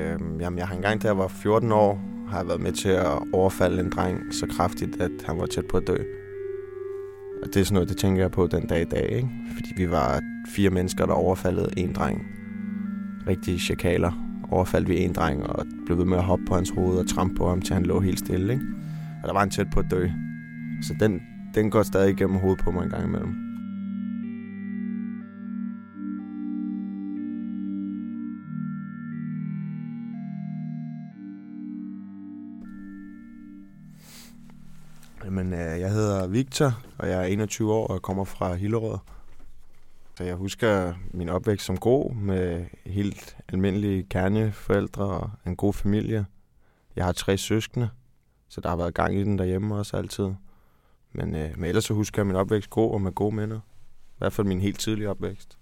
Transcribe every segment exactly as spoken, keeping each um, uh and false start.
Øhm, jamen, jeg har engang, da jeg var fjorten år, har jeg været med til at overfalde en dreng så kraftigt, at han var tæt på at dø. Og det er sådan noget, det tænker jeg på den dag i dag, ikke? Fordi vi var fire mennesker, der overfaldede en dreng. Rigtige chakaler. Overfaldt vi en dreng og blev ved med at hoppe på hans hoved og trampe på ham, til han lå helt stille, ikke? Og der var han tæt på at dø. Så den, den går stadig igennem hovedet på mig en gang imellem. Jamen, jeg hedder Victor, og jeg er enogtyve år og kommer fra Hillerød. Så jeg husker min opvækst som god, med helt almindelige kerneforældre og en god familie. Jeg har tre søskende, så der har været gang i den derhjemme også altid. Men, øh, men ellers så husker jeg min opvækst god og med gode minder. I hvert fald min helt tidlige opvækst.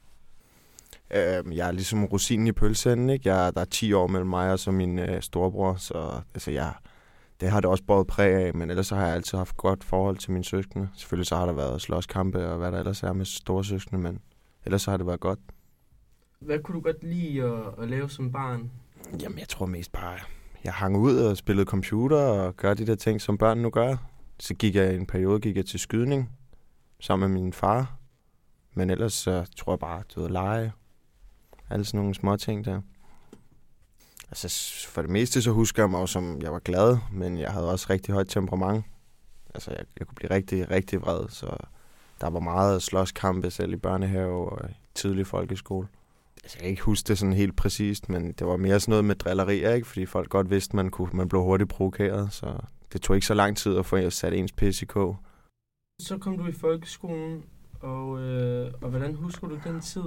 Øh, jeg er ligesom rosinen i pølseenden, ikke? Jeg, der er ti år mellem mig og så min øh, storebror, så altså, jeg, det har det også båret præg af. Men ellers så har jeg altid haft godt forhold til mine søskende. Selvfølgelig så har der været slåskampe og hvad der ellers er med store søskende, men ellers så har det været godt. Hvad kunne du godt lide at, at lave som barn? Jamen, jeg tror mest bare, jeg hang ud og spillede computer og gør de der ting, som børn nu gør. Så gik jeg i en periode gik jeg til skydning sammen med min far. Men ellers så tror jeg bare, du ved, lege. Alle sådan nogle små ting der. Altså, for det meste så husker jeg mig også, som jeg var glad, men jeg havde også rigtig højt temperament. Altså, jeg, jeg kunne blive rigtig, rigtig vred, så der var meget slåskampe selv i børnehave og i tidlig folkeskole. Altså, jeg kan ikke huske det sådan helt præcist, men det var mere sådan noget med drillerier, ikke? Fordi folk godt vidste, man kunne, man blev hurtigt provokeret, så det tog ikke så lang tid at få sat ens pis i kog. Så kom du i folkeskolen, og, øh, og hvordan husker du den tid?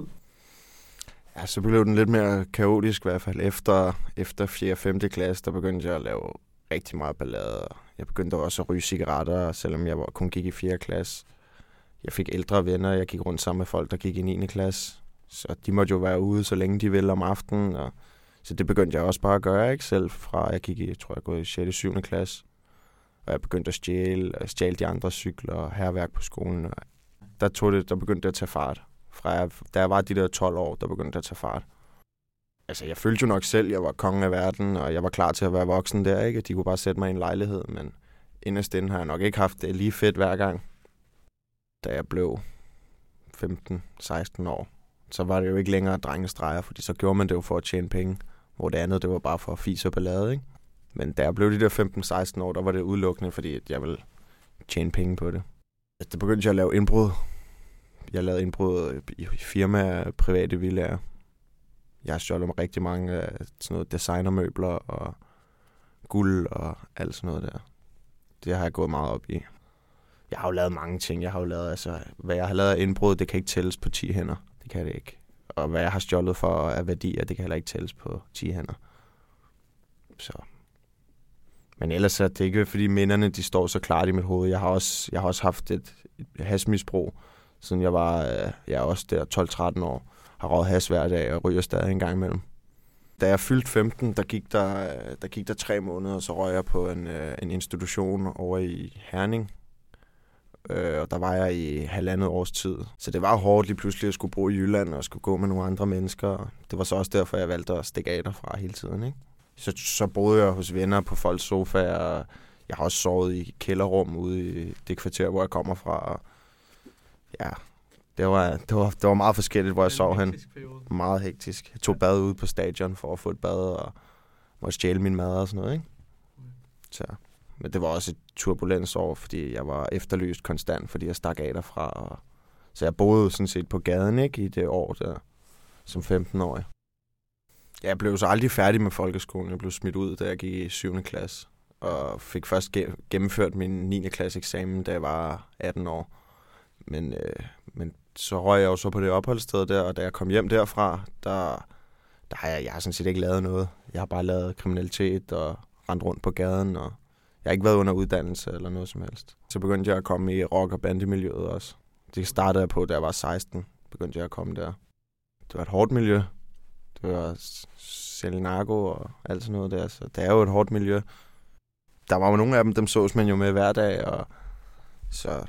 Ja, så blev den lidt mere kaotisk i hvert fald. Efter, efter fjerde og femte klasse, der begyndte jeg at lave rigtig meget ballade. Jeg begyndte også at ryge cigaretter, selvom jeg kun gik i fjerde klasse. Jeg fik ældre venner, jeg gik rundt sammen med folk, der gik i niende klasse. Så de måtte jo være ude, så længe de ville om aftenen. Og så det begyndte jeg også bare at gøre, ikke selv fra, jeg gik i, jeg tror jeg gået i sjette og syvende klasse. Og jeg begyndte at stjæle, og stjæle de andre cykler og hærværk på skolen. Og der, tog det, der begyndte det at tage fart. Fra jeg, da jeg var de der tolv år, der begyndte det at tage fart. Altså, jeg følte jo nok selv, jeg var kongen af verden, og jeg var klar til at være voksen der, ikke? De kunne bare sætte mig i en lejlighed, men inderst inde har jeg nok ikke haft det lige fedt hver gang. Da jeg blev femten seksten år, så var det jo ikke længere drengestreger, fordi så gjorde man det jo for at tjene penge, hvor det andet, det var bare for at fise og ballade, ikke? Men da jeg blev de der femten seksten år, der var det udelukkende, fordi jeg ville tjene penge på det. Der begyndte jeg at lave indbrud. Jeg lavede indbrud i firmaer, private villaer. Jeg har stjålet mig rigtig mange af sådan noget designermøbler og guld og alt sådan noget der. Det har jeg gået meget op i. Jeg har jo lavet mange ting. Jeg har jo lavet, altså, hvad jeg har lavet af indbrud, det kan ikke tælles på ti hænder. Det kan det ikke. Og hvad jeg har stjålet for af værdier, det kan heller ikke tælles på ti hænder. Så. Men ellers er det ikke, fordi minderne, de står så klart i mit hoved. Jeg har også, jeg har også haft et, et hashmisbrug, siden jeg var, jeg er også der tolv tretten år. Har røget hash hver dag og ryger stadig en gang imellem. Da jeg fyldte femten, der gik der, der gik der tre måneder, og så røg jeg på en, en institution over i Herning. Og der var jeg i halvandet års tid. Så det var hårdt lige pludselig at skulle bo i Jylland og skulle gå med nogle andre mennesker. Det var så også derfor, jeg valgte at stikke af derfra hele tiden, ikke? Så, så boede jeg hos venner på folks sofaer, og jeg har også sovet i kælderrum ude i det kvarter, hvor jeg kommer fra. Og ja, det var, det, var, det var meget forskelligt, hvor jeg sov hen. Meget hektisk. Jeg tog bad ude på stadion for at få et bad, og måtte stjæle min mad og sådan noget, ikke? Så, men det var også et turbulens år, fordi jeg var efterlyst konstant, fordi jeg stak af derfra. Og, så jeg boede sådan set på gaden, ikke, i det år der, som femten-årig. Jeg blev så aldrig færdig med folkeskolen. Jeg blev smidt ud, da jeg gik i syvende klasse. Og fik først gennemført min niende klasse eksamen, da jeg var atten år. Men, øh, men så røg jeg jo så på det opholdssted der, og da jeg kom hjem derfra, der, der har jeg, jeg har sådan set ikke lavet noget. Jeg har bare lavet kriminalitet og rendt rundt på gaden, og jeg har ikke været under uddannelse eller noget som helst. Så begyndte jeg at komme i rock- og bandemiljøet også. Det startede jeg på, da jeg var seksten. Begyndte jeg at komme der. Det var et hårdt miljø. Det var sælge narko og alt sådan noget der, så det er jo et hårdt miljø. Der var jo nogle af dem, dem sås man jo med hver dag, og så.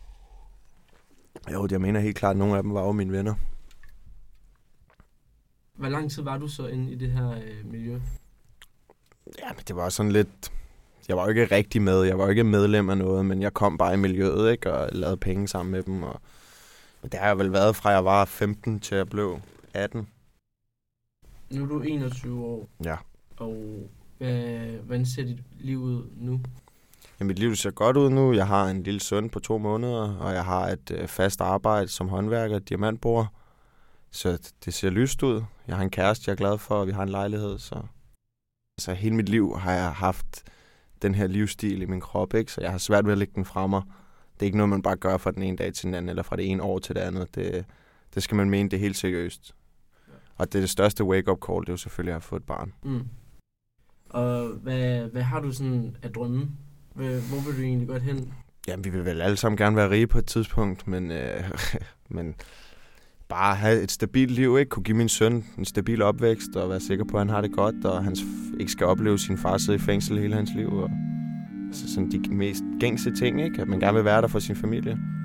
Jo, jeg mener helt klart, at nogle af dem var jo mine venner. Hvor lang tid var du så inde i det her øh, miljø? Ja, men det var sådan lidt... Jeg var jo ikke rigtig med. Jeg var jo ikke medlem af noget, men jeg kom bare i miljøet, ikke? Og lavede penge sammen med dem. Og det har jeg vel været fra jeg var femten til jeg blev atten. Nu er du enogtyve år. Ja. Og hvad, hvordan ser dit liv ud nu? Ja, mit liv ser godt ud nu. Jeg har en lille søn på to måneder, og jeg har et øh, fast arbejde som håndværker, diamantborer. Så det ser lyst ud. Jeg har en kæreste, jeg er glad for, og vi har en lejlighed. Så, så hele mit liv har jeg haft den her livsstil i min krop, ikke? Så jeg har svært ved at lægge den fra mig. Det er ikke noget, man bare gør fra den ene dag til den anden, eller fra det ene år til det andet. Det, det skal man mene, det er helt seriøst. Ja. Og det er det største wake-up call, det er jo selvfølgelig at have fået et barn. Mm. Og hvad, hvad har du sådan af drømme? Hvor vil du egentlig godt hen? Jamen, vi vil vel alle sammen gerne være rige på et tidspunkt, men, øh, men bare have et stabilt liv, ikke? Kunne give min søn en stabil opvækst, og være sikker på, at han har det godt, og han ikke skal opleve sin far sidde i fængsel hele hans liv. Og, altså sådan de mest gængse ting, ikke? At man gerne vil være der for sin familie.